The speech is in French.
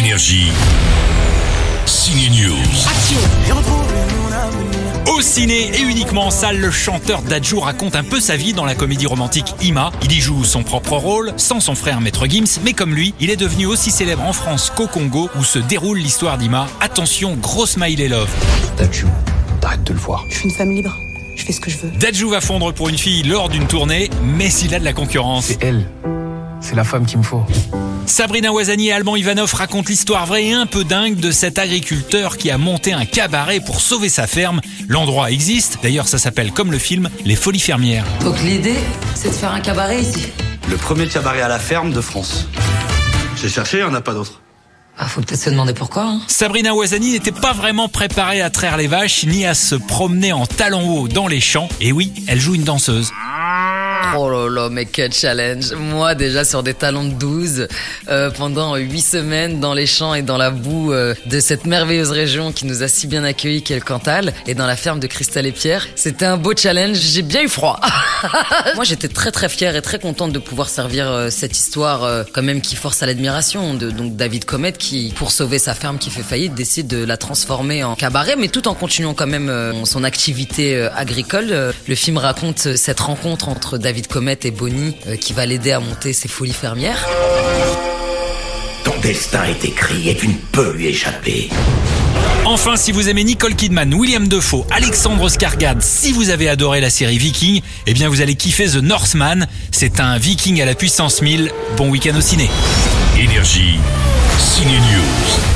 Énergie. Ciné News. Au ciné et uniquement en salle, le chanteur Dadju raconte un peu sa vie dans la comédie romantique Ima. Il y joue son propre rôle, sans son frère Maître Gims, mais comme lui, il est devenu aussi célèbre en France qu'au Congo, où se déroule l'histoire d'Ima. Attention, gros smile et love. Dadju, t'arrêtes de le voir. Je suis une femme libre, je fais ce que je veux. Dadju va fondre pour une fille lors d'une tournée, mais il a de la concurrence. C'est elle. C'est la femme qu'il me faut. Sabrina Ouazani et Alban Ivanov racontent l'histoire vraie et un peu dingue de cet agriculteur qui a monté un cabaret pour sauver sa ferme. L'endroit existe, d'ailleurs ça s'appelle comme le film, Les Folies Fermières. Donc l'idée, c'est de faire un cabaret ici. Le premier cabaret à la ferme de France. J'ai cherché, il n'y en a pas d'autre. Ah, faut peut-être se demander pourquoi. Sabrina Ouazani n'était pas vraiment préparée à traire les vaches ni à se promener en talons hauts dans les champs. Et oui, elle joue une danseuse. Oh là là, mais quel challenge. Moi déjà sur des talons de 12 pendant 8 semaines dans les champs et dans la boue de cette merveilleuse région qui nous a si bien accueillis qu'est le Cantal et dans la ferme de Cristal et Pierre. C'était un beau challenge, j'ai bien eu froid. Moi j'étais très très fière et très contente de pouvoir servir cette histoire quand même qui force à l'admiration de donc David Comet qui pour sauver sa ferme qui fait faillite décide de la transformer en cabaret mais tout en continuant quand même son activité agricole. Le film raconte cette rencontre entre David Comet et Bonnie qui va l'aider à monter ses Folies Fermières. Ton destin est écrit et tu ne peux lui échapper. Enfin, si vous aimez Nicole Kidman, William Dafoe, Alexandre Skarsgård, si vous avez adoré la série Viking, eh bien vous allez kiffer The Northman. C'est un Viking à la puissance 1000. Bon week-end au ciné. Énergie. Ciné News.